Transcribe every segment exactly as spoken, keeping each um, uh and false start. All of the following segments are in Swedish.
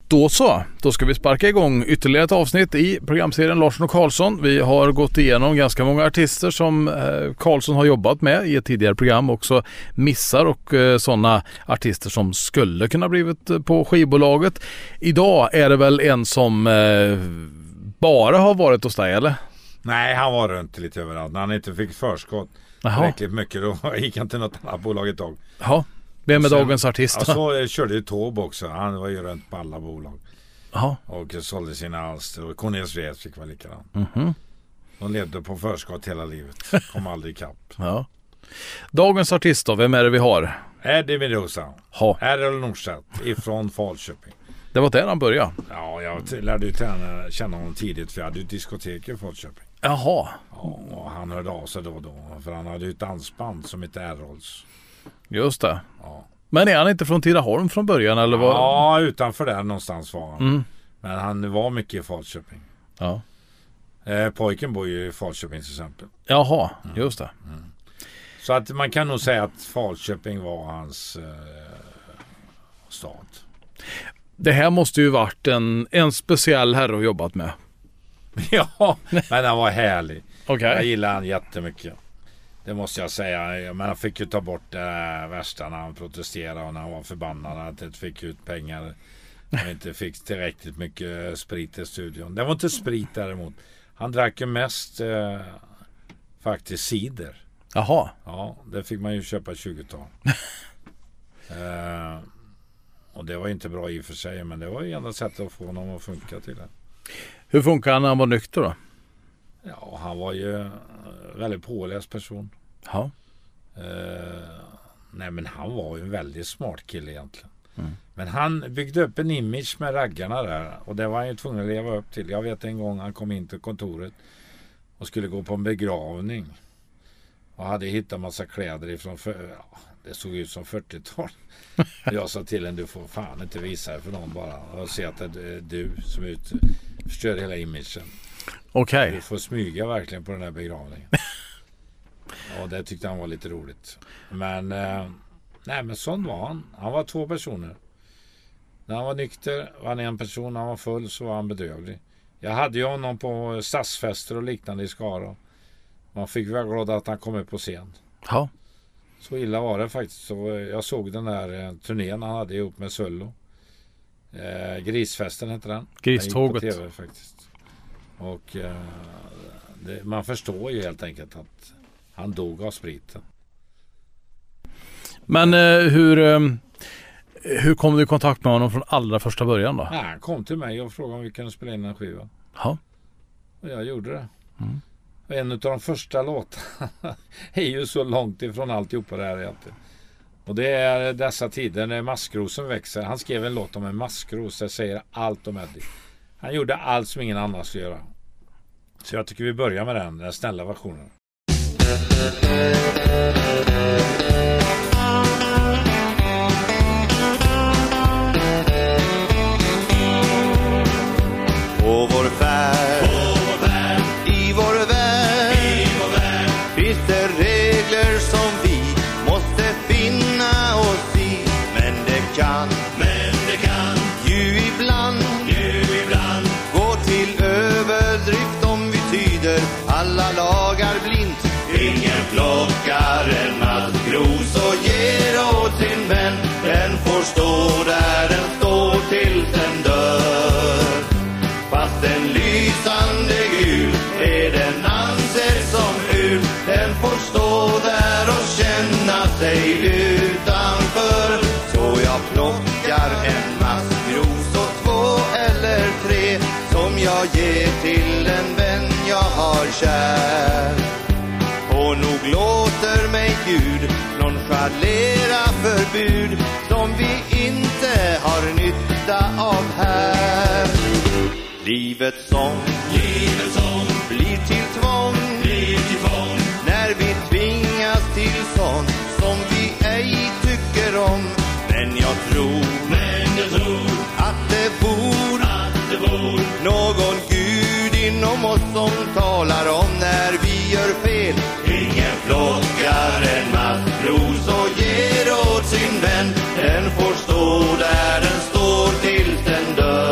Då så, då ska vi sparka igång ytterligare ett avsnitt i programserien Larsson och Karlsson. Vi har gått igenom ganska många artister som eh, Karlsson har jobbat med i ett tidigare program, också missar och eh, sådana artister som skulle kunna blivit på skivbolaget. Idag är det väl en som eh, bara har varit hos dig, eller? Nej, han var runt lite överallt. När han inte fick förskott riktigt mycket, då gick han till något annat bolag ett tag. Jaha. Vem är sen, dagens artist? Ja, så körde ju Taube också. Han var ju runt på alla bolag. Aha. Och sålde sina alster. Och Cornelis Vreeswijk var likadant. Mm-hmm. De levde på förskott hela livet. Kom aldrig ikapp. Ja. Dagens artist då, vem är det vi har? Eddie Meduza. Ha. Errol Norstedt ifrån Falköping. Det var där han började. Ja, jag t- lärde ju träna, känna honom tidigt, för jag hade ju diskotek i Falköping. Jaha. Ja, och han hörde av sig då och då. För han hade ju ett dansband som heter Errols. Just det. Ja. Men är han inte från Tidaholm från början? Eller vad? Ja, utanför där någonstans var han. Mm. Men han var mycket i Falköping. Ja. Eh, pojken bor ju i Falköping till exempel. Jaha, mm. just det. Mm. Så att man kan nog säga att Falköping var hans eh, stad. Det här måste ju varit en, en speciell herre att jobbat med. Ja, men han var härlig. Okay. Jag gillar han jättemycket. Det måste jag säga. Men han fick ju ta bort det värsta när han protesterade och när han var förbannad att han inte fick ut pengar. Han inte fick tillräckligt mycket sprit i studion. Det var inte sprit däremot. Han drack ju mest eh, faktiskt cider. Jaha. Ja, det fick man ju köpa tjugotal. eh, och det var inte bra i och för sig, men det var ju enda sättet att få honom att funka till det. Hur funkar han när han var nykter då? Ja, han var ju en väldigt påläst person. Ja. Eh, nej, men han var ju en väldigt smart kille egentligen. Mm. Men han byggde upp en image med raggarna där, och det var han ju tvungen att leva upp till. Jag vet en gång han kom in till kontoret och skulle gå på en begravning och hade hittat massa kläder ifrån för, ja, det såg ut som fyrtiotal. Jag sa till en, du får fan inte visa det för någon bara, och se att det är du som ut, förstör hela imagen. Okej. Du får smyga verkligen på den här begravningen. Och det tyckte han var lite roligt. Men eh, nej, men sån var han. Han var två personer. När han var nykter var han en person. När han var full så var han bedrövlig. Jag hade ju honom på stadsfester och liknande i Skara. Man fick vara glad att han kom upp på scen. Ja. Så illa var det faktiskt. Så jag såg den där eh, turnén han hade ihop med Söllo. Eh, Grisfesten heter den. Griståget. Den gick på T V faktiskt. Och eh, det, man förstår ju helt enkelt att han dog av spriten. Men eh, hur eh, hur kom du i kontakt med honom från allra första början då? Ja, han kom till mig och frågade om vi kunde spela in en skiva. Ja. Och jag gjorde det. Mm. Och en av de första låtarna är ju så långt ifrån alltihopa det här egentligen. Och det är dessa tider när maskrosen växer. Han skrev en låt om en maskros. Det säger allt om Eddie. Han gjorde allt som ingen annan skulle göra. Så jag tycker vi börjar med den, den snälla versionen. På vår färd, i vår värld, i vår värld finns det regler som vi måste finna oss i. Men det kan, men det kan ju ibland, ju ibland gå till överdrift om vi tyder alla lagar blint. Ingen plockar en maskros och ger åt sin vän. Den får stå där den står tills den dör. Fast en lysande gul är den anser som ur. Den får stå där och känna sig utanför. Så jag plockar en maskros och två eller tre som jag ger till en vän jag har kär. Och nog låter mig Gud nonchalera förbud som vi inte har nytta av här. Livets sång, livets sång blir till tvång, blir till tvång när vi tvingas till sånt som vi ej tycker om. Men jag tror, men jag tror att det bor, att det bor någon Gud inom oss som talar om när vi gör fel. Ingen plockar en maskros och ger åt sin vän. Den får stå där den står tills den dör.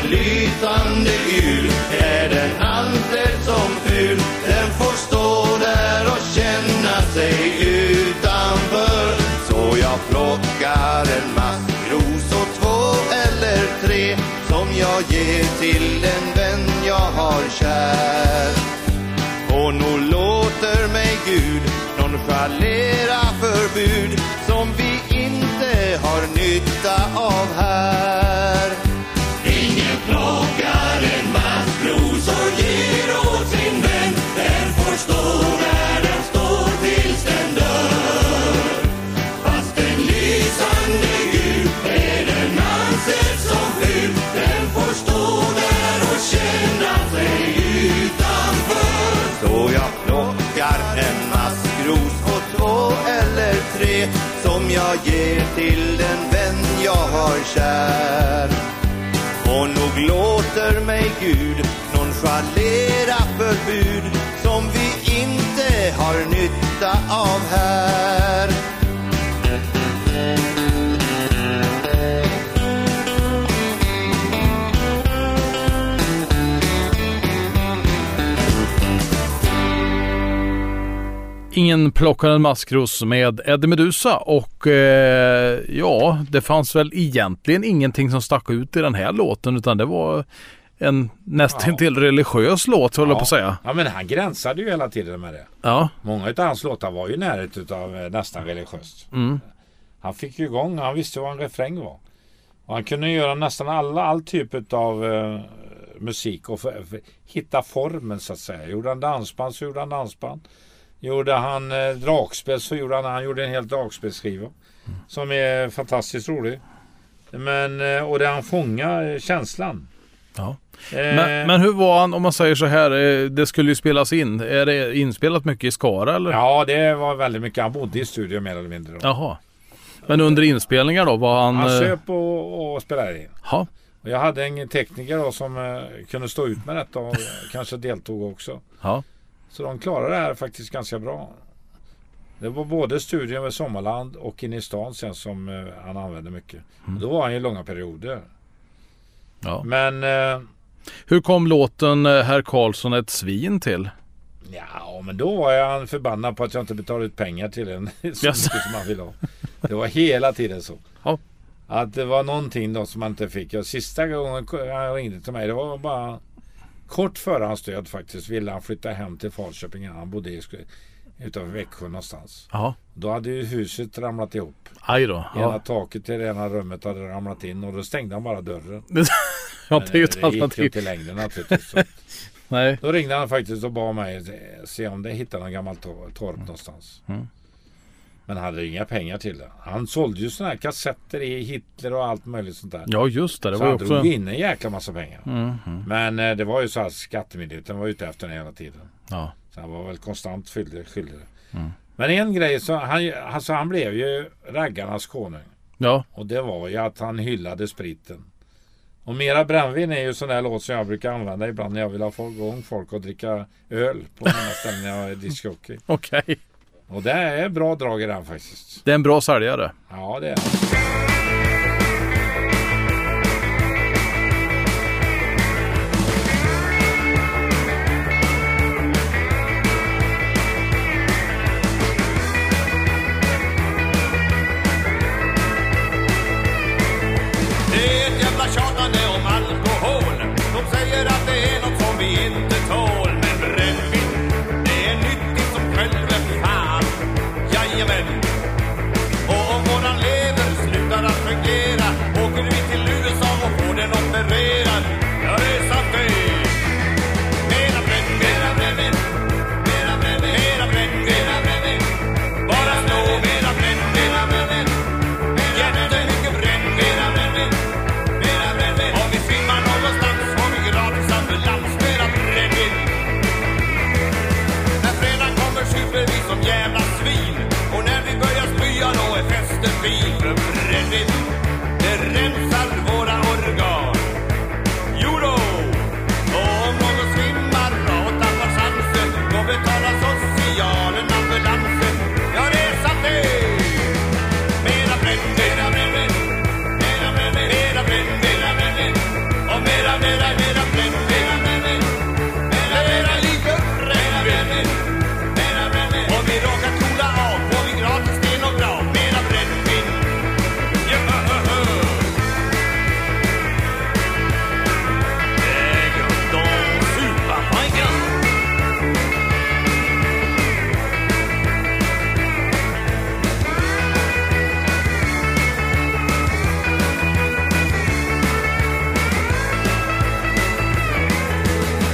lysande gul. Är den ansedd som ful, den får stå där och känna sig utanför. Så jag plockar en maskros och två eller tre, som jag ger till en vän jag har kär. Och nog låter mig Gud nonchalera förbud som vi inte har nytta av här. Ingen plockar en maskros och ger åt sin vän, den får stå där den står tills den dör. Fast en lysande Gud är den ansedd som ful, den får stå där och känna sig utanför. Så jag plockar en maskros och två eller tre, som jag ger till den vän jag har kär. Och nog låter mig Gud nonchalera förbud som vi inte har nytta av här. Ingen plockar en maskros med Eddie Meduza och eh, ja, det fanns väl egentligen ingenting som stack ut i den här låten, utan det var en nästan ja. till religiös låt, håller jag på att säga. Ja, men han gränsade ju hela tiden med det. Ja. Många av hans låtar var ju närhet av eh, nästan religiöst. Mm. Han fick ju igång, han visste vad en refräng var. Och han kunde göra nästan alla, all typ av eh, musik och för, för, hitta formen så att säga. Gjorde han dansband så gjorde han dansband. Gjorde han eh, dragspel så gjorde han, han gjorde en hel dragspelskiva mm. som är fantastiskt rolig. Men, eh, och det han fångar eh, känslan. Ja. Eh, men, men hur var han, om man säger så här, eh, det skulle ju spelas in. Är det inspelat mycket i Skara eller? Ja, det var väldigt mycket. Han bodde i studio mer eller mindre då. Jaha. Men under inspelningar då var han... Han köp och, och spelade in. Ja. Och jag hade en tekniker då som eh, kunde stå ut med detta och kanske deltog också. Ja. Så de klarade det här faktiskt ganska bra. Det var både studion med Sommarland och inne i stan sen som eh, han använde mycket. Mm. Då var han i långa perioder. Ja. Men... Eh, hur kom låten Herr Karlsson ett svin till? Ja, men då var jag förbannad på att jag inte betalade ut pengar till en så mycket yes. som han ville ha. Det var hela tiden så. Ja. Att det var någonting då som man inte fick. Och sista gången han ringde till mig, det var bara kort före hans död faktiskt, ville han flytta hem till Falköping. Han bodde i, utanför Växjö någonstans. Ja. Då hade ju huset ramlat ihop. Aj då. Ja. Ena taket till det ena rummet hade ramlat in och då stängde han bara dörren. Ja, det är ju ett det gick ju inte längre naturligtvis. Så. Nej. Då ringde han faktiskt och bad mig se om det hittade någon gammal tor- torp mm. någonstans. Mm. Men hade inga pengar till det. Han sålde ju såna här kassetter i Hitler och allt möjligt sånt där. Ja, just det. Det så var han också... drog in en jäkla massa pengar. Mm. Mm. Men eh, det var ju så att skattemyndigheten var ute efter den hela tiden. Ja. Så han var väl konstant skyldig. skyldig. Mm. Men en grej, så han, alltså han blev ju raggarnas konung. Ja. Och det var ju att han hyllade spriten. Och mera brännvin är ju sån där låt som jag brukar använda ibland när jag vill ha igång folk och dricka öl på mina ställen när jag är discjockey. Okej. Okay. Och det är bra drag i den faktiskt. Det är en bra säljare. Ja, det är Och om våran lever slutar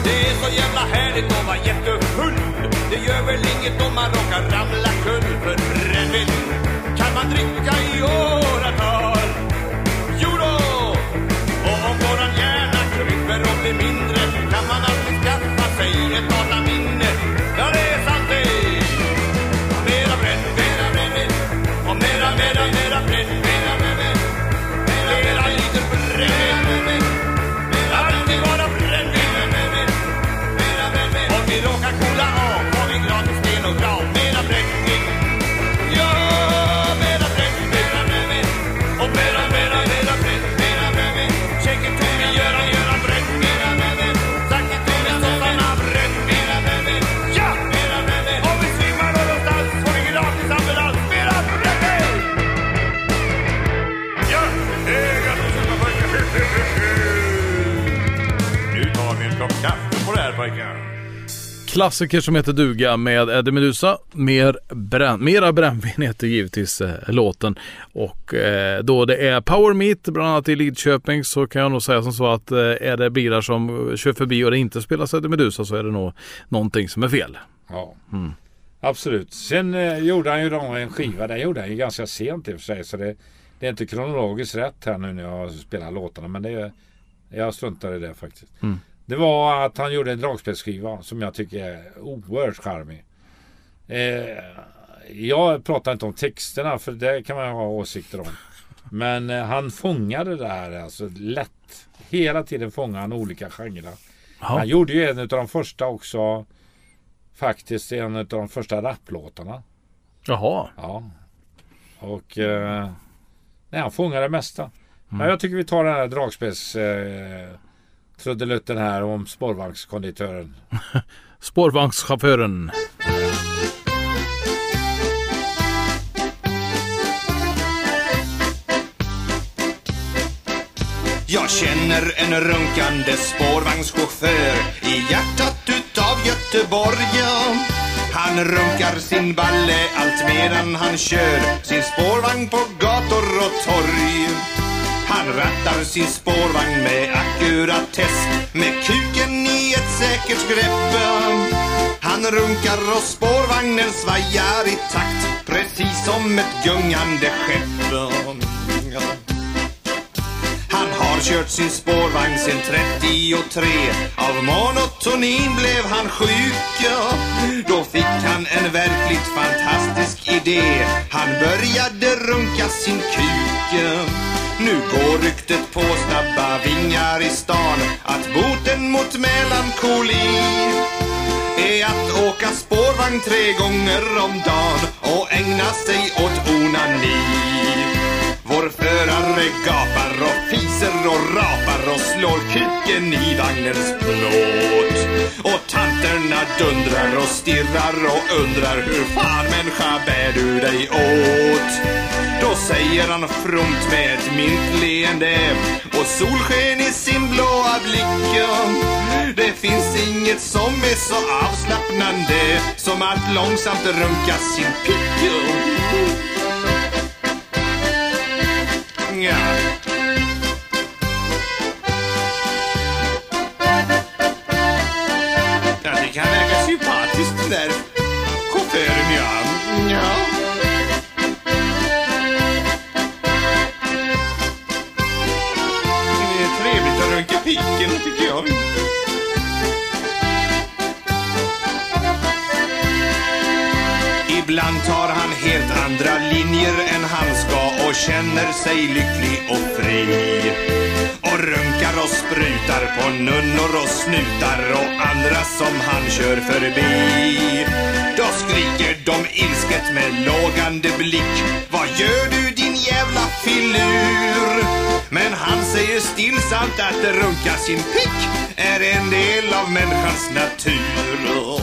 Det är så jävla härligt att vara jättefull. Det gör väl inget om man råkar ramla kull. För brännvin kan man dricka i åratal. Jo då! Och om våran hjärna kryper och blir mindre kan man alltid skaffa sig ett dataminne. Ja, det är sant det. Mera brännvin, mera brännvin. Och mera, mera, mera brännvin. Mera, mera, mera liter brännvin. Alltid vara brännvin. Mera brännvin. Om vi råkar kolla av får vi gratis sten och grav. Mera brännvin. Ja, mera brännvin. Mera brännvin. Och mera, mera, mera brännvin. Mera brännvin. Check it to me, göra, göra brännvin. Mera brännvin. Tack it to me, sossarna brännvin. Mera brännvin. Ja, mera brännvin. Om vi svimmar någonstans får vi gratis ambulans. Mera brännvin. Ja, det är gott att supa pojkar. Nu tar vi en kopp kaffe på det här pojkar. Klassiker som heter duga med Eddie Meduza. Mer brän, mera brännvin heter givetvis eh, låten. Och eh, då det är Power Meet bland annat i Lidköping, så kan jag nog säga som så att eh, är det bilar som kör förbi och det inte spelas Eddie Meduza, så är det nog någonting som är fel. Ja, Mm. absolut. Sen eh, gjorde han ju då en skiva. Den gjorde han ju ganska sent i och för sig. Så det, det är inte kronologiskt rätt här nu när jag spelar låtarna. Men det är, jag struntar i det faktiskt. Mm. Det var att han gjorde en dragspelsskiva som jag tycker är oerhört charmig. Eh, jag pratar inte om texterna för det kan man ha åsikter om. Men eh, han fångade det här alltså lätt. Hela tiden fångade han olika genrer. Han gjorde ju en av de första också, faktiskt en av de första rapplåtarna. Jaha. Ja. Och eh, nej, han fångade det mesta. Mm. Men jag tycker vi tar den här dragspels eh, trudelutten här om spårvagnskonditören. Spårvagnschauffören. Jag känner en runkande spårvagnschaufför i hjärtat utav Göteborg. Han runkar sin balle allt medan han kör sin spårvagn på gator och torg. Han rattar sin spårvagn med ackuratess, med kuken i ett säkert grepp. Han runkar och spårvagnen svajar i takt, precis som ett gungande skepp. Han har kört sin spårvagn sedan trettiotre. Av monotonin blev han sjuk. Då fick han en verkligt fantastisk idé. Han började runka sin kuk. Nu går ryktet på snabba vingar i stan att boten mot melankoli är att åka spårvagn tre gånger om dagen och ägna sig åt onani. Vår förare gapar och fiser och rapar och slår kuken i vagnens plåt. Och tanterna dundrar och stirrar och undrar hur fan människa bär du dig åt. Då säger han fromt med ett mint leende och solsken i sin blåa blick. Det finns inget som är så avslappnande som att långsamt runka sin pick. Ja. Ja, det kan verka sympatiskt den där chauffören, ja. Ja. Det är trevligt att runka piken, tycker jag. Ibland tar han helt andra linjer än han ska och känner sig lycklig och fri. Och runkar och sprutar på nunnor och snutar och andra som han kör förbi. Då skriker de ilsket med lågande blick: vad gör du din jävla filur? Men han säger stillsamt att runka sin pick är en del av människans natur.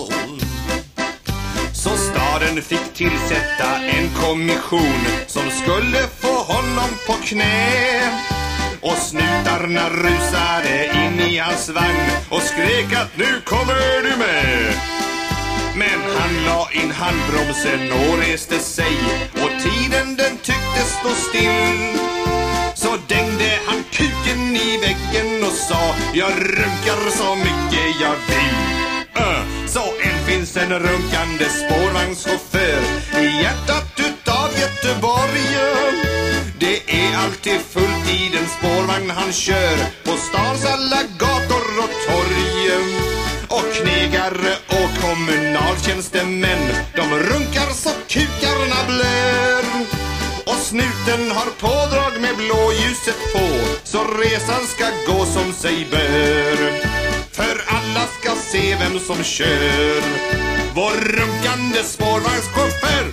Så staden fick tillsätta en kommission som skulle få honom på knä. Och snutarna rusade in i hans vagn och skrek att nu kommer du med. Men han la in handbromsen och reste sig, och tiden den tyckte stå still. Så dängde han kuken i väggen och och sa jag runkar så mycket jag vill. uh, Så än finns en runkande spårvagnschaufför i hjärtat utav Göteborg. Det är alltid fullt i den spårvagn han kör på stans alla gator och torg. Och knegare och kommunaltjänstemän, de runkar så kukarna blör. Och snuten har pådrag med blåljuset på, så resan ska gå som sig bör. För alla ska se vem som kör, vår runkande spårvagnschaufför.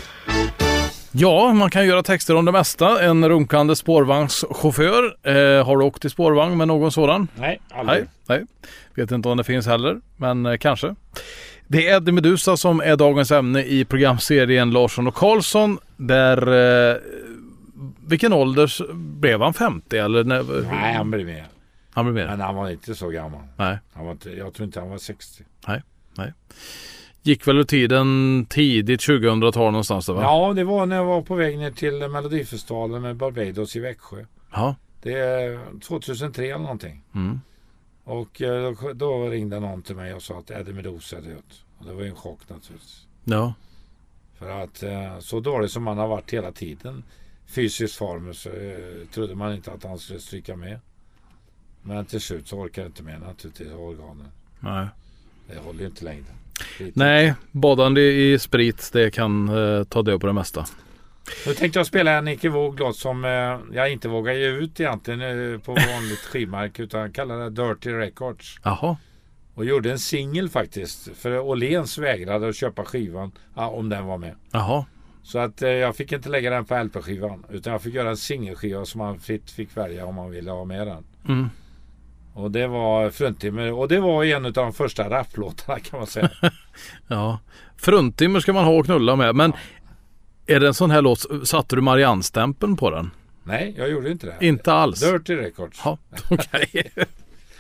Ja, man kan göra texter om det mesta. En runkande spårvagnschaufför. Eh, har du åkt i spårvagn med någon sådan? Nej, aldrig. Nej, nej. Vet inte om det finns heller, men eh, kanske. Det är Eddie Meduza som är dagens ämne i programserien Larsson och Karlsson. Där, eh, vilken ålder blev han? femtio? Eller när, Nej, han blev med. Han blev med. Men han var inte så gammal. Nej. Han var inte, jag tror inte han var sextio. Nej, nej. Gick väl ur tiden tidigt tjugohundratal någonstans där, va? Ja, det var när jag var på väg ner till Melodifestivalen med Barbados i Växjö. Ja. Det är tjugohundratre eller någonting. Mm. Och eh, då, då ringde någon till mig och sa att Eddie Meduza är död. Och det var ju en chock naturligtvis. Ja. För att eh, så dålig som han har varit hela tiden, fysiskt form, så eh, trodde man inte att han skulle stryka med. Men till slut så orkar jag inte med naturligtvis organen. Nej. Det håller ju inte längre. Nej, badande i sprit, det kan eh, ta död på det mesta. Nu tänkte jag spela en Nicke Våg-låt som eh, jag inte vågar ge ut egentligen eh, på vanligt skivmark, utan kallar det Dirty Records. Jaha. Och gjorde en singel faktiskt. För Åhléns vägrade att köpa skivan, ja, om den var med. Jaha. Så att eh, jag fick inte lägga den på L P-skivan, utan jag fick göra en singelskiva som man fritt fick välja om man ville ha med den. Mm. Och det var Fruntimmer, och det var en av de första rapplåtarna kan man säga. Ja. Fruntimmer ska man ha och knulla med. Men ja. Är det en sån här låt, satte du Marianne-stämpeln på den? Nej, jag gjorde inte det. Inte alls? Dirty Records. Ja, okej. Okay.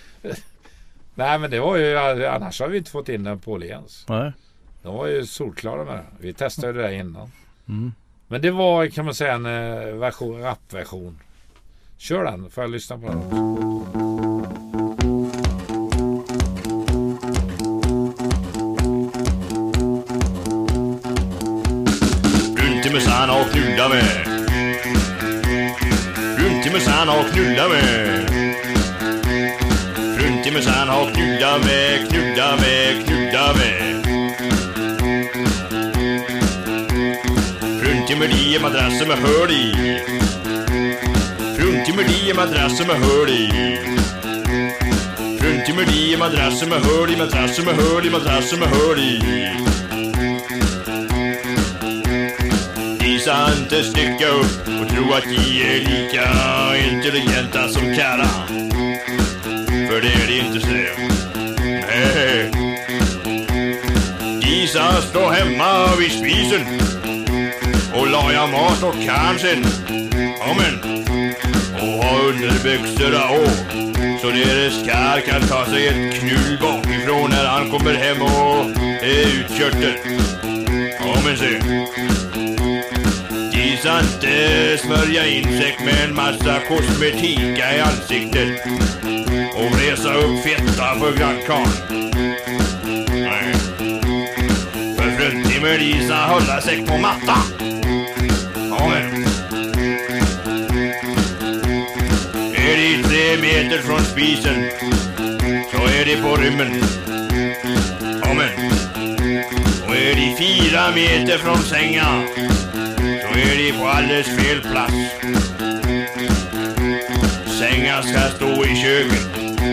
Nej, men det var ju, annars har vi inte fått in den på Åhléns. Nej. De var ju solklara med det. Vi testade det där innan. Mm. Men det var, kan man säga, en version, rapversion. Kör den, får jag lyssna på den också. Fruntimmersan och knulla med. Fruntimmersan och knulla med. Fruntimmersan och knulla med, knulla med, knulla med. Fruntimmer i madrasser med hörd i. Fruntimmer i madrasser med hörd i. Fruntimmer i madrasser med hörd i, madrasser med hörd i, madrasser med hörd i. Visa inte stycka upp och tro att de är lika intelligenta som Kara. För det är det inte så. Nej. Gisa stå hemma vid spisen och laga mat och kanske. Amen. Och ha underbyxorna och så deras kar kan ta sig ett knull bakifrån när han kommer hem och är utkörd. Amen, se. Gisa inte smörja in sig med en massa kosmetika i ansiktet och resa upp fetta för grannkarn. Nej. För Fruntimmer Lisa hålla sig på mattan. Amen. Är det tre meter från spisen så är det på rymmen. Amen. Och är det fyra meter från sängen så är det på alldeles fel plats. Sängar ska stå i köket.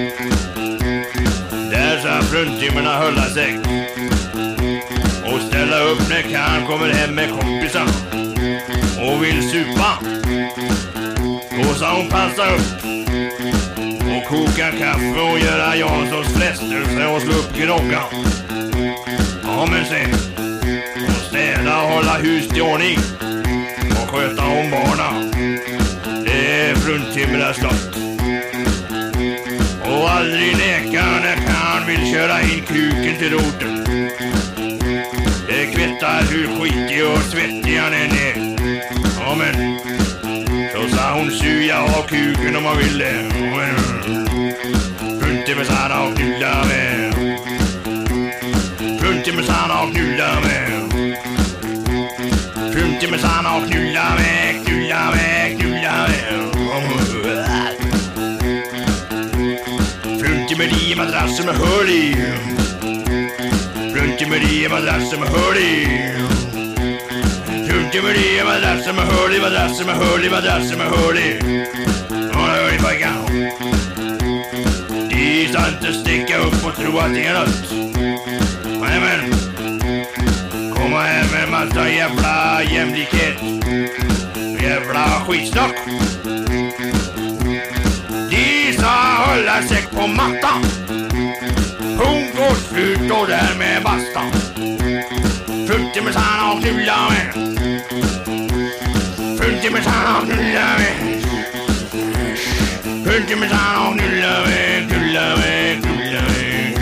Där ska fruntimmerna hålla sig och ställa upp när Karl kommer hem med kompisar och vill supa. Då ska hon passa upp och koka kaffe och göra Janssons frestelse och slå upp grogga. Ja, men se. Och städa och hålla hus i ordning och sköta om barna. Det är fruntimmernas slott. Och aldrig neka när Karl vill köra in kuken till roten. Det kvittar hur skitig och svettig han än är. Ja, men så ska hon suga av kuken om man ville. Punti med sanna och knulla med. Punti med sanna och knulla med. Punti med sanna och knulla med. Knulla med, knulla med. Punti med de madrasser med hål i. Punti med de madrasser med hål i. Punti med de madrasser med hål i. Madrasser med hål i, madrasser med hål i. Åh, hör ni pojkar. De ska inte sticka upp och tro att det är något. Nämen. Komma hem med en massa jävla jämlikhet. Jävla skitsnack. De ska hålla sig på mattan. Punkt och slut och där med basta. Punti med sanna och knulla med. Punti med sanna och knulla med. Punti med sanna och knulla med. Knulla med, knulla med.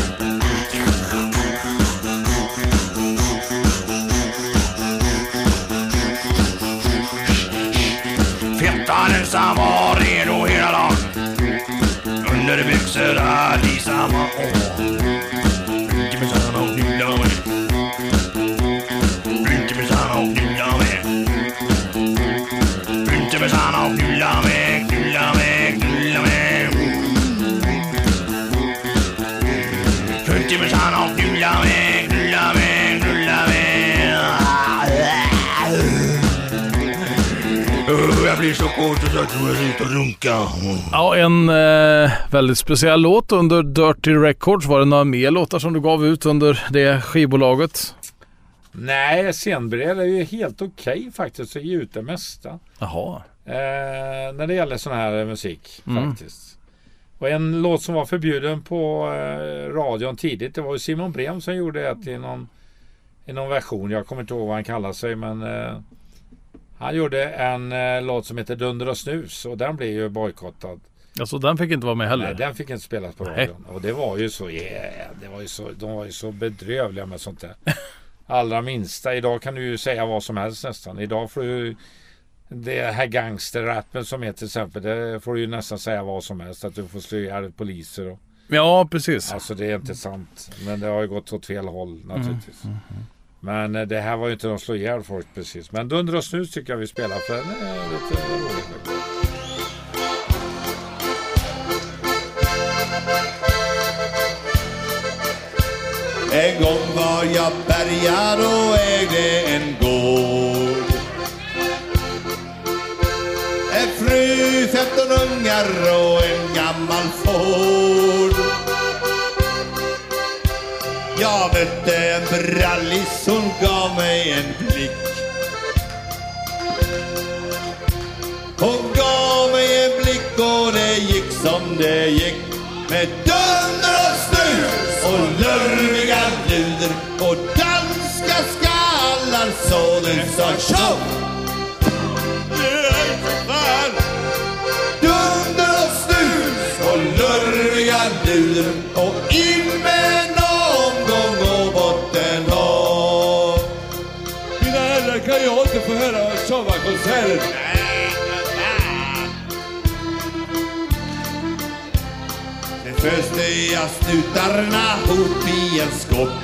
Fettaren som var redo hela dagen. Under byxor hade i samma år. Punti med sanna och knulla med. Punti med sanna och knulla med. Punti med sanna och knulla med. Knulla med, knulla med. Punti med sanna och knulla med. Knulla med, knulla med. Jag blir så kort och så tror jag ut och runka. Ja, en eh, väldigt speciell låt under Dirty Records. Var det några mer låtar som du gav ut under det skivbolaget? Nej, Scenbred är ju helt okej okay, faktiskt att ge ut det mesta. Jaha. Eh, när det gäller sån här musik Mm. faktiskt. Och en låt som var förbjuden på eh, radion tidigt, det var ju Simon Brem som gjorde det i någon, i någon version. Jag kommer inte ihåg vad han kallar sig, men eh, han gjorde en eh, låt som heter Dunder och snus och den blev ju bojkottad. Alltså den fick inte vara med heller. Nej, den fick inte spelas på radion. Och det var ju så, yeah, det var ju så, de var ju så bedrövliga med sånt där. Allra minsta. Idag kan du ju säga vad som helst nästan. Idag får du det här gangsterrappen som är till exempel, det får du ju nästan säga vad som helst. Att du får slå ihjäl poliser och... Ja, precis. Alltså det är inte sant. Men det har ju gått åt fel håll naturligtvis. Mm, mm, mm. Men det här var ju inte de slå ihjäl folk precis. Men Dunder och snus tycker jag vi spelar för den är lite roligt. En gång var jag bärgad och ägde en gård. En fru, femton ungar och en gammal fård. Jag mötte en brallis, hon gav mig en blick. Hon gav mig en blick och det gick som det gick. Med dunder och snus och lurviga luder och danska skallar så det sa tjo! Det är så fan! Dunder och snus och lurviga luder och in med en omgång och botten av. Mina herrar, kan jag inte få höra sommarkonserten? Föste jag snutarna hop i en skock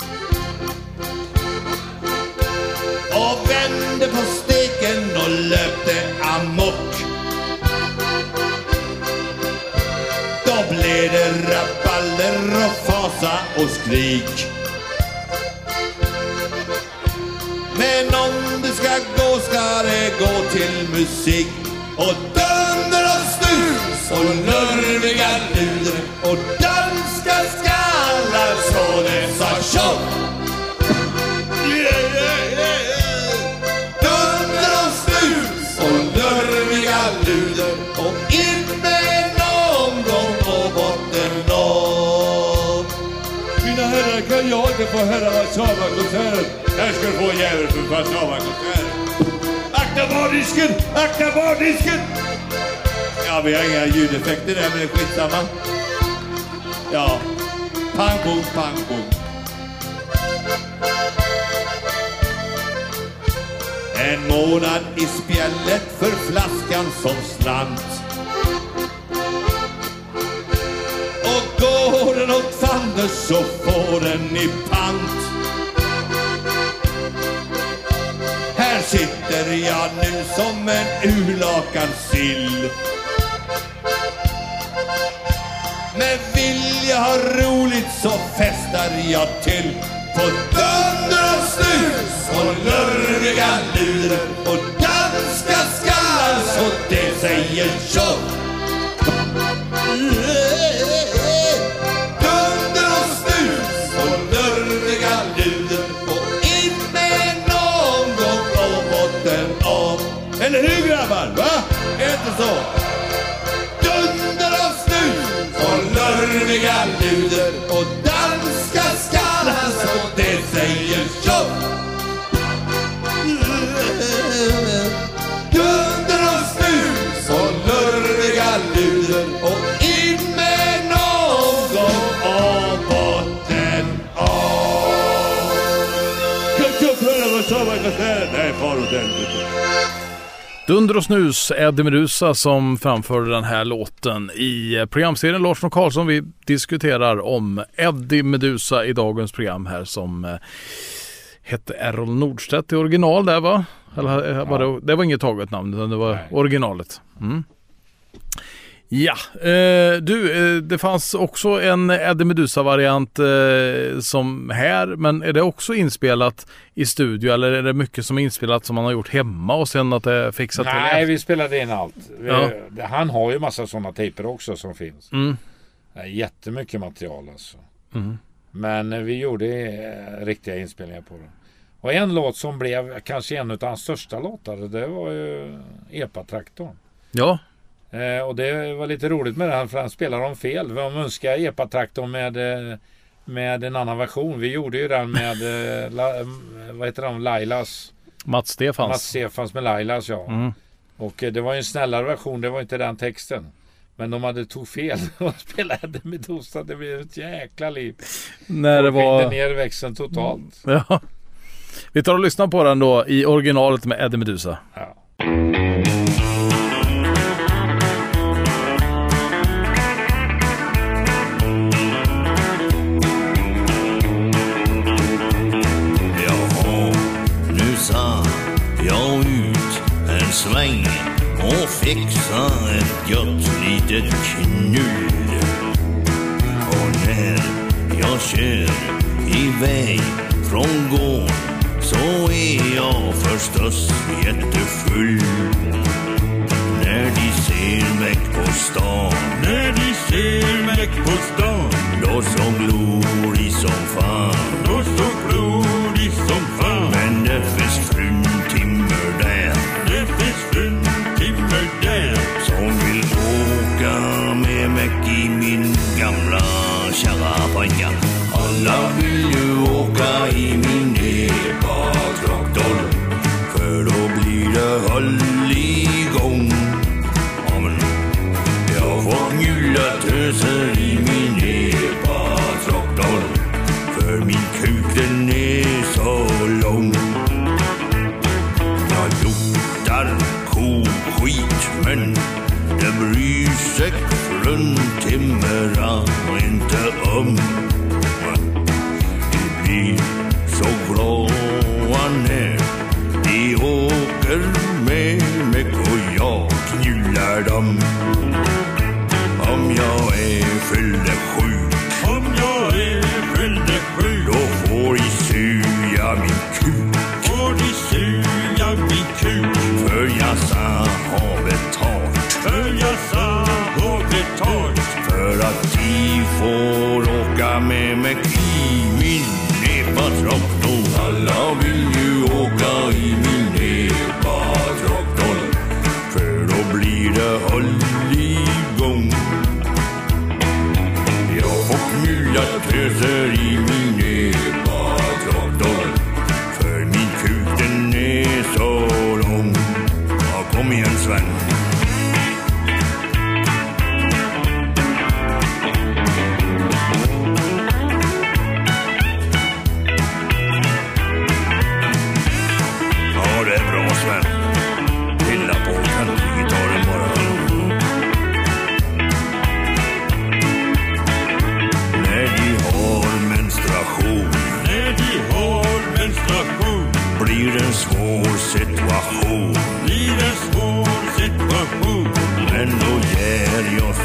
och vände på steken och löpte amok. Då blev det rabalder och fasa och skrik. Men om det ska gå ska det gå till musik. Och dunder och snus och lurviga luder och danska skallar så det sa tjo! Yeah, yeah, yeah. Dunder och snus och lurviga luder och in med någon gång och botten av. Mina herrar, kan jag inte få höra vad sommarkonserten? Här ska du få en jävel för vad sommarkonserten. Akta bardisken! Akta bardisken! Ja, vi har inga ljudeffekter där, men det är skitsamma. Ja, pang, bom, pang, bom. En månad i spjället för flaskan som slant. Och går den åt fanders så får den i pant. Här sitter jag nu som en urlakan sill. Men vill jag ha roligt så festar jag till på dunder och snus och lurviga lurer och danska skallar så det säger tjock. Dunder och snus och lurviga lurer och in med någon gång på botten av. Eller hur grabbar, va? Är inte så? Dunder och snus och lurviga luder och danska skallar så det säger tjock. Dunder och snus och lurviga luder och in med någon av botten av. Kulturpröva så man kan säga nej far och den. Dunder och snus, Eddie Meduza som framförde den här låten i programserien Larsson och Karlsson. Vi diskuterar om Eddie Meduza i dagens program här som eh, hette Errol Nordstedt i original där, va? Eller, var det, det var inget taget namn utan det var Nej. originalet. Mm. Ja, eh, du, eh, det fanns också en Eddie Meduza-variant eh, som här, men är det också inspelat i studio eller är det mycket som är inspelat som man har gjort hemma och sen att det är fixat? Nej, till vi spelade in allt. Vi, ja. Han har ju massa sådana tejper också som finns. Mm. Jättemycket material alltså. Mm. Men vi gjorde eh, riktiga inspelningar på det. Och en låt som blev kanske en av hans största låtar, det var ju Epa-traktorn. Ja. Eh, och det var lite roligt med det, för han spelade dem fel. De önskade Epa-traktorn med, med en annan version. Vi gjorde ju den med la, vad heter de? Lailas. Mats Stefans. Mats Stefans med Lailas, ja. Mm. Och eh, det var ju en snällare version, det var inte den texten. Men de hade tog fel och spelade Meduza. Det blev ett jäkla liv. När det var... Och ner växeln totalt. Ja. Vi tar och lyssnar på den då i originalet med Eddie Meduza. Ja. Jaha, nu sa jag ut en sväng och fixa ett gott litet knull. Och när jag kör iväg från gården så är jag förstås jättefull. När de ser mig på stan, när de ser mig på stan, då så glor de som fan, då så glor de som fan. Men det finns fruntimmer där, det finns fruntimmer där, som vill åka med mig i min gamla kärrabaja. Alla vill ju åka i min Epa-traktor, för då blir det håll igång. Ja, men jag får gula töser i min Epa-traktor, för min kuk den är så lång. Jag luktar koskit, men det bryr sig fruntimmerna inte om. Så glada när de åker med mig och jag knullar dem. Om jag är fyllesjuk, om jag är fyllesjuk, då får de suga min kuk, får de suga min kuk. För jag sa ha betalt, för jag sa ha betalt, för att de får åka med mig i min Epa-traktor. Alla vill ju åka i min Epa-traktor, för då blir det håll igång. Jag får knulla töser i min Epa-traktor, för min kuk den är så lång. Ja, kom igen Sven.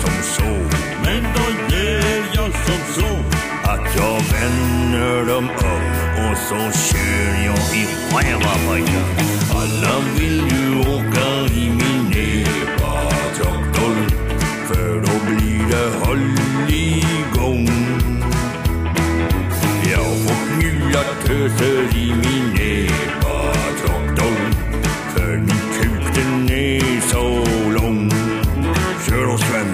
som så. Men då gör jag som så att jag vänder dem om och så kör jag i räva-baja. Alla vill ju åka i min epa-traktor, för då blir det hålligång. Jag får nya töser i min epa-traktor, för min kuk den är så lång. Kör oss Sven.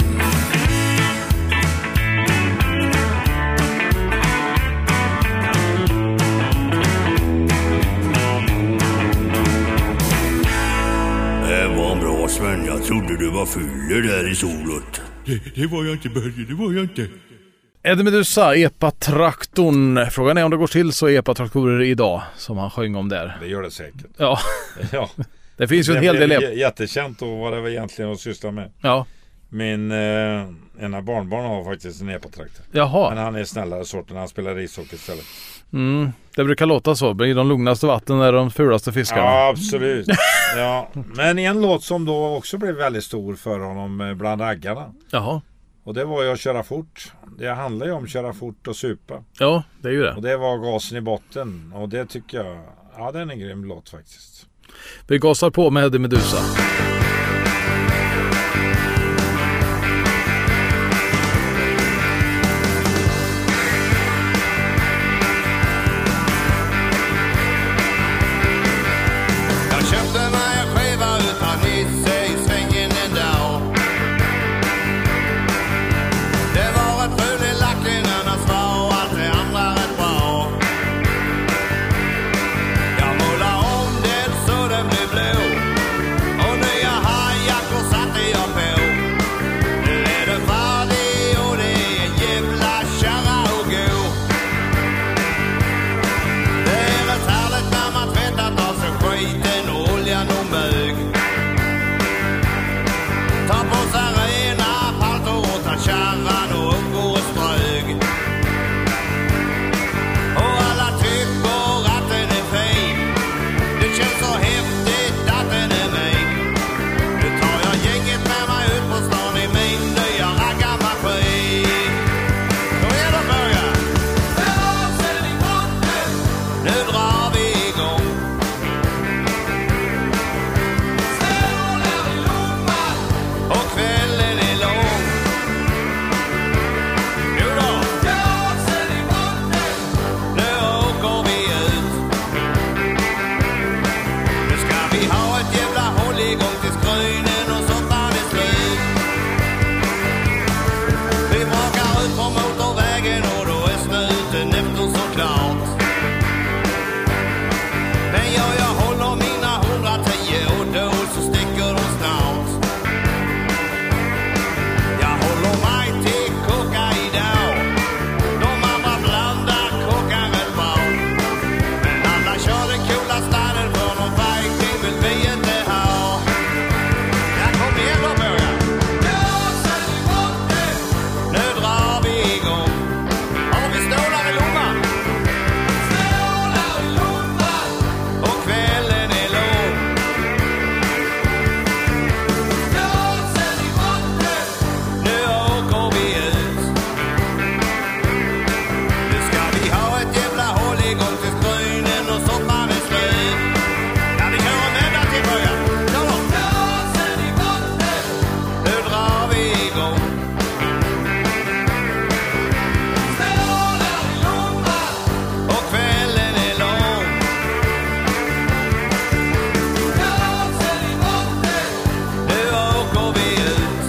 Det var en bra Sven, jag trodde du var full där i solet. Det, det var jag inte, Börje, det var jag inte. Eddie Meduza, Epa-traktorn. Frågan är om det går till så Epa-traktorer idag, som han sjöng om där. Det gör det säkert. Ja, Ja. det finns ju en hel Det del. blev jättekänt och vad det var egentligen att syssla med. Ja, Min eh, ena barnbarn har faktiskt en epatraktor. Men jaha. han är snällare sorten, han spelar ishockey istället. Mm. Det brukar låta så. I de lugnaste vatten är de fulaste fiskarna. Ja, absolut. Ja. Men en låt som då också blev väldigt stor för honom eh, bland raggarna. Jaha. Och det var ju att köra fort. Det handlar ju om att köra fort och supa. Ja, det är ju det. Och det var gasen i botten. Och det tycker jag, ja, det är en grym låt faktiskt. Vi gasar på med Eddie Meduza. Jag köpte mig en skiva utan Nisse i svängen en dag. Det var ett brun i lacken, annars var allt det andra rätt bra. Jag målade om den så den blev blå, och nya hajjackor satte jag på. Nu är den färdig och det är en jävla kärra att gå. Det är rätt härligt när man tvättat av sig skiten och oljan och mög. Ta på sig rena paltor och ta kärran och umgå och strög. Och alla tycker att den är fin. Det känns så häftigt att den är min. Nu tar jag gänget med mig ut på stan i min nya raggarmaskin. Kom igen då, börja! Nu drar vi igång. Och kvällen är lång. Jo då. Nu åker vi ut. Nu ska vi ha ett jävla hålligång till skrynen och soppan är slut. Vi brakar ut på motorvägen och då är snuten efter såklart. Men ja, jag håller mina hundratio och då så sticker de snart. Jag håller mig till koka idag. De andra blandar kokan rätt bra. Men alla kör den coola staden för någon fighting vill vi inte ha. Jag kom igen då, börja. Nu drar vi igång. Har vi stålar i lomman? Och kvällen är lång. Nu åker vi ut. Nu ska vi ha ett jävla hålligång till skrynen och soppan är slut. Ja, vi kör om ända till början. Kom då. Nu drar vi igång. Och kvällen är lång. Nu åker vi ut.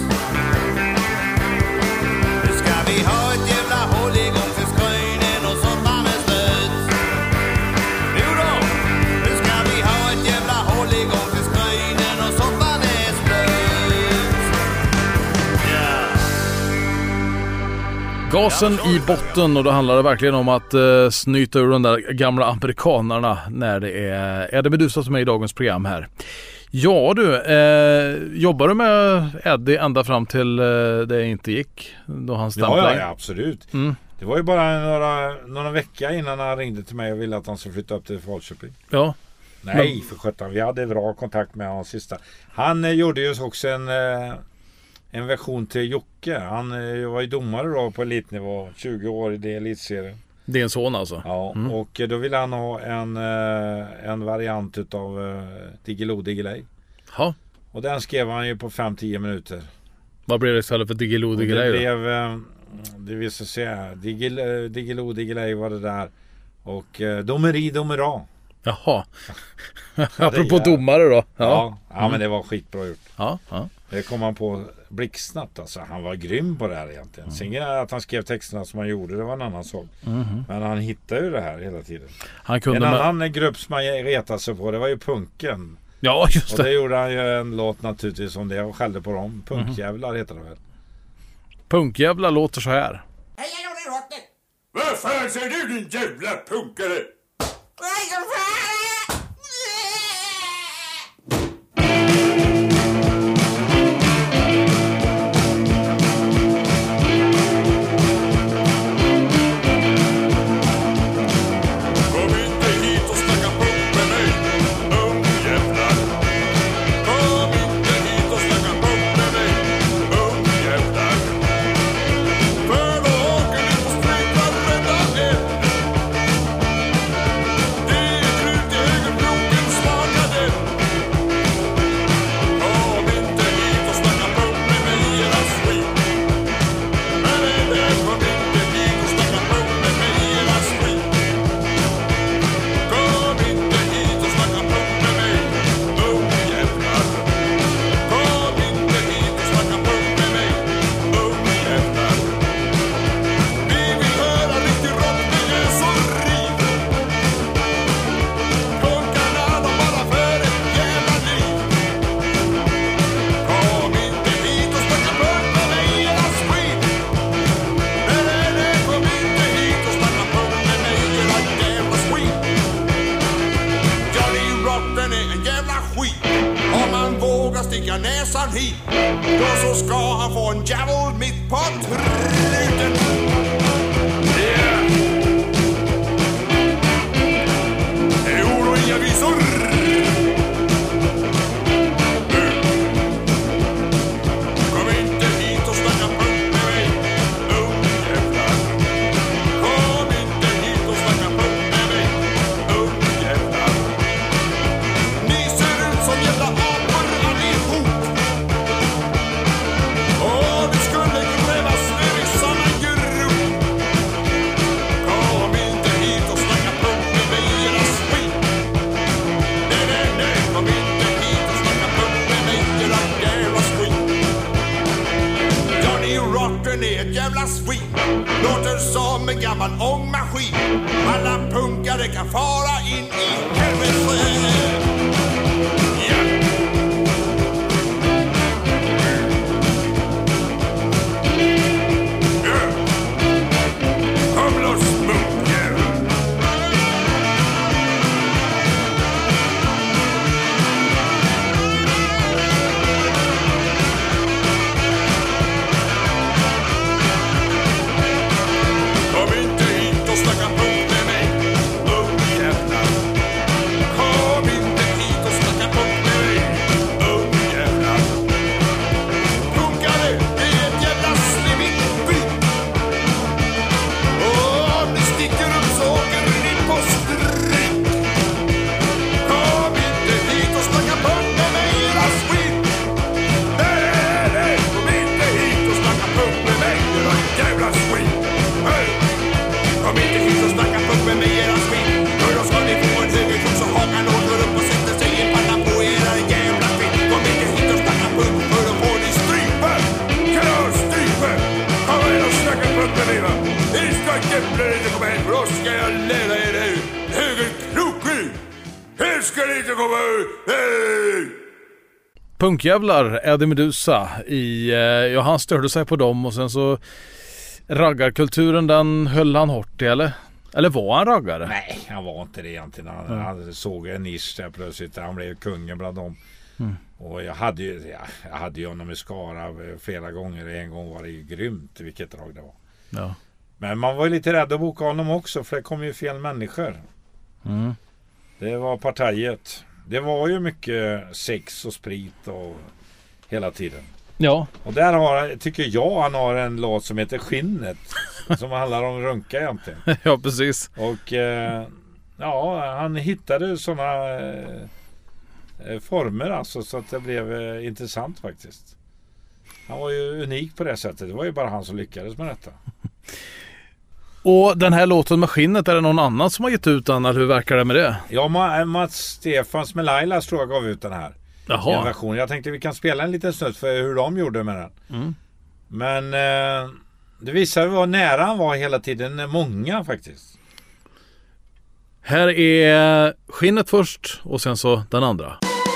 Nu ska vi ha ett jävla hålligång till skrynen och soppan är slut. Jo då. Nu ska vi ha ett jävla hålligång till skrynen och soppan är slut. Ja. Gasen i botten, och då handlar det verkligen om att uh, snyta ur de där gamla amerikanerna när det är Eddie Meduza som är i dagens program här. Ja du, eh, jobbar du med Eddie ända fram till uh, det inte gick? Då han Ja, stämplade? ja, ja, absolut. Mm. Det var ju bara några, några veckor innan han ringde till mig och ville att han skulle flytta upp till Falköping. Ja. Nej, för sjutton. Vi hade bra kontakt med honom sista. Han eh, gjorde ju också en, eh, en version till Jocke. Han eh, var ju domare då på elitnivå, tjugo år i det elitserien. Det är en son alltså? Ja, mm. och då ville han ha en, eh, en variant utav eh, Diggiloo Diggiley. Ja. Och den skrev han ju på fem till tio minuter. Vad blev det istället för Diggiloo Diggiley det då? blev, eh, det vill säga, Diggiloo Diggiloo Diggiley var det där. Och eh, domeri domera. Jaha. Apropå domare då. Ja, ja, ja mm. men det var skitbra gjort. Ja, ja. Det kom han på blixtsnabbt alltså. Han var grym på det här egentligen. Mm. Sen att han skrev texterna som han gjorde, det var en annan sak. Mm. Men han hittade ju det här hela tiden. Han kunde en med... annan grupp som man retade sig på, det var ju punken. Ja, just det. Och det gjorde han ju en låt naturligtvis om det och skällde på dem. Punkjävlar heter det väl. Punkjävlar låter så här. Hej, jag gjorde råttet! Vad fan säger du din jävla punkare? Vad som fan? Punkjävlar, Eddie Meduza i, ja han störde sig på dem och sen så raggarkulturen den höll han hårt i, eller? Eller var han raggare? Nej, han var inte det egentligen. Han, mm. han såg en nisch där plötsligt. Han blev kungen bland dem. Mm. Och jag hade ju ja, jag hade ju honom i Skara flera gånger. En gång var det ju grymt vilket drag det var. Ja. Men man var ju lite rädd att boka honom också för det kom ju fel människor. Mm. Det var partiet. Det var ju mycket sex och sprit och hela tiden. Ja. Och där har, tycker jag han har en låt som heter Skinnet. Som handlar om runka egentligen. Ja, precis. Och eh, ja, han hittade sådana eh, former alltså, så att det blev eh, intressant faktiskt. Han var ju unik på det sättet. Det var ju bara han som lyckades med detta. Och den här låten med Skinnet, är det någon annan som har gett ut den, eller hur verkar det med det? Ja, Mats Stefans med Laila tror jag gav ut den här. Jaha. Version. Jag tänkte vi kan spela en liten snutt för hur de gjorde med den. Mm. Men eh, det visar ju vad nära han var hela tiden. Många faktiskt. Här är Skinnet först och sen så den andra.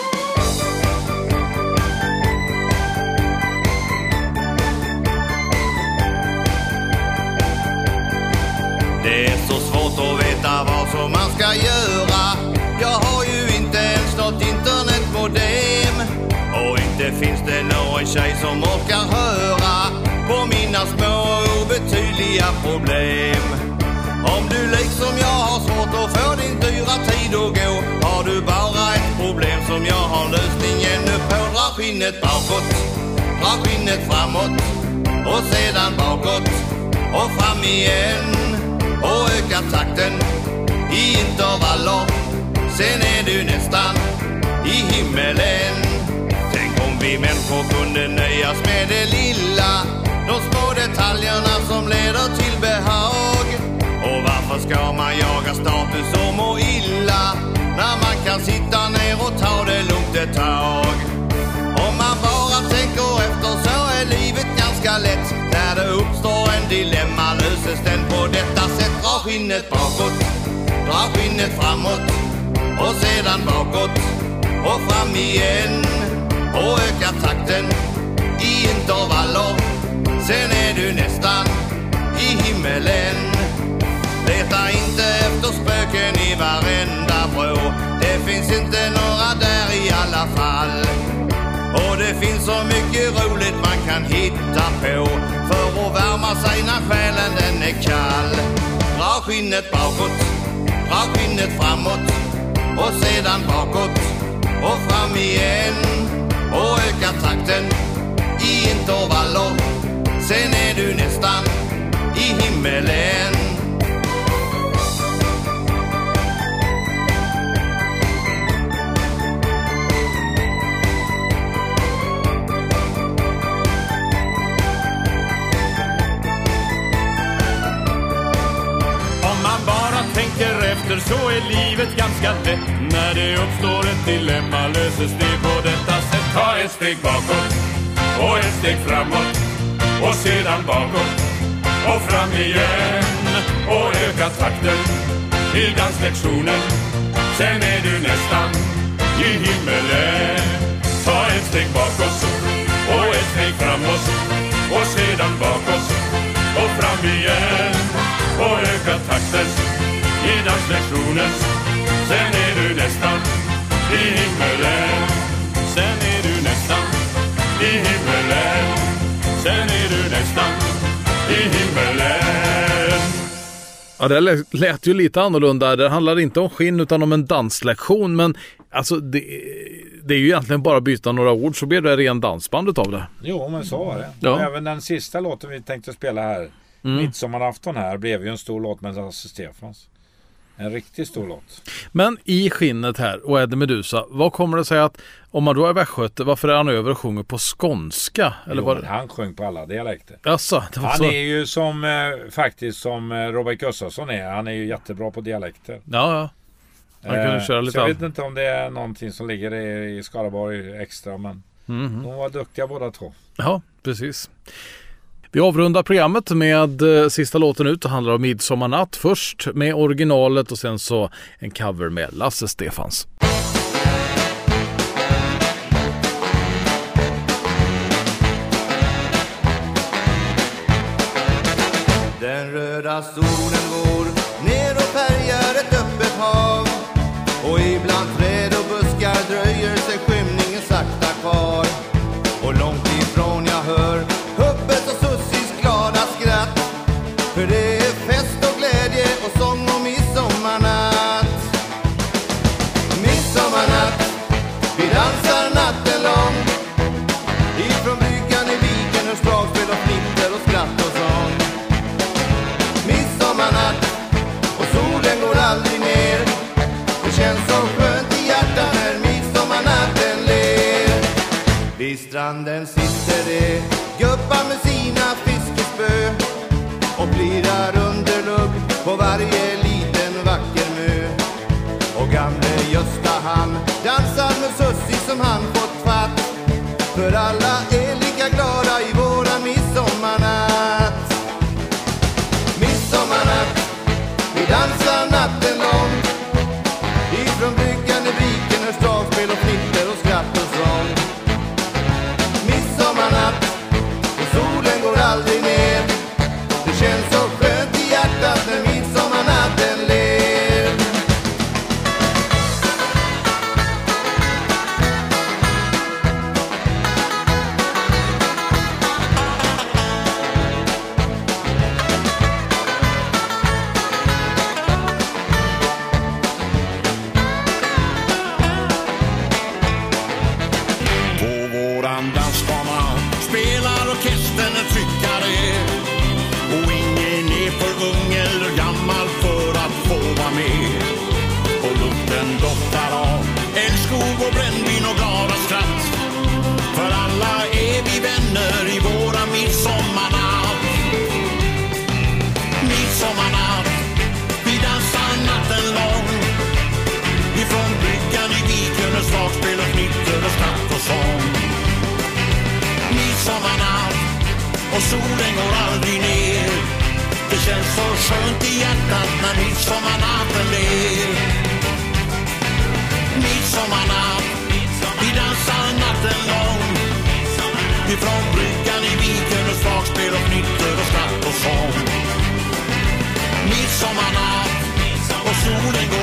Det är så svårt att veta vad som man ska göra. Jag har ju inte ens något internetmodem. Och inte finns det någon tjej som orkar höra på mina små och obetydliga problem. Om du liksom jag har svårt att få din dyra tid att gå, har du bara ett problem som jag har lösningen nu på. Dra skinnet bakåt, dra skinnet framåt och sedan bakåt och fram igen. Och öka takten i intervaller. Sen är du nästan i himmelen. Tänk om vi människor kunde nöjas med det lilla, de små detaljerna som leder till behag. Och varför ska man jaga status och må illa när man kan sitta ner och ta det lugnt ett tag? Om man bara tänker efter så är livet ganska lätt. När det uppstår en dilemma löses den på detta sätt. Dra skinnet bakåt, dra skinnet framåt och sedan bakåt och fram igen. Och öka takten i intervaller. Sen är du nästan i himmelen. Leta inte efter spöken i varenda vrå. Det finns inte några där i alla fall. Och det finns så mycket roligt man kan hitta på för att värma sig när själen den är kall. Dra skinnet bakåt, dra skinnet framåt och sedan bakåt och fram igen. Och öka takten i intervaller. Sen är du nästan i himmelen. Efter så är livet ganska lätt. När det uppstår ett dilemma löses det på detta sätt. Ta ett steg bakåt och ett steg framåt och sedan bakåt och fram igen. Och öka takten i danslektionen. Sen är du nästan i himmelen. Ta ett steg bakåt och ett steg framåt och sedan bakåt och fram igen. Och öka takten i danslektionen. Sen är du nästan i himmelen. Sen är du nästan i himmelen. Sen är du nästan i himmelen. Ja, det lät ju lite annorlunda. Det handlar inte om skinn utan om en danslektion. Men alltså det, det är ju egentligen bara byta några ord så blir det ren dansband av det. Jo, men så var det. Ja. Även den sista låten vi tänkte spela här, mm. Midsommarafton här, blev ju en stor låt med Lasse Stefans. En riktigt stor låt. Men i Skinnet här och Eddie Meduza, vad kommer det sig att om man då är västgöte, varför är han över och sjunger på skånska? Eller jo, vad? Han sjöng på alla dialekter. Jaså, det var han så. är ju som eh, faktiskt som eh, Robert Gustafsson är. Han är ju jättebra på dialekter. Ja, ja. Han kan ju eh, köra lite. så jag vet inte om det är någonting som ligger i, i Skaraborg extra, men mm-hmm. de var duktiga båda två. Ja, precis. Vi avrundar programmet med eh, sista låten ut. Det handlar om Midsommarnatt. Först med originalet och sen så en cover med Lasse Stefans. Den röda solen går ner och färgar ett öppet hav. Och ibland träd och buskar dröjer sig skymningen sakta kvar. Och långt ifrån jag hör Hubbes och Sussis glada skratt. För det är fest och glädje och sång och midsommarnatt. Midsommarnatt, vi dansar natten lång. Ifrån bryggan stranden sitter det gubbar med sina fiskespö och plirar underlugg på varje liten vacker mö. Och gamle Gösta han dansar med Sussi som han fått fatt, för alla är lika glada i våra midsommarnatt. Midsommarnatt, vi dansar natten lång, ifrån bryggan i viken är stavspel och fnitter och skratt och sång. Midsommarnatt, och solen går aldrig ner, det känns så skönt i hjärtat när midsommarnatten ler. Och solen går aldrig ner, det känns så skönt i hjärtat när midsommarnatten ler. Midsommarnatt, vi dansar natten lång, ifrån bryggan i viken och slagspel och fnitter och skratt och sång. Midsommarnatt, och solen går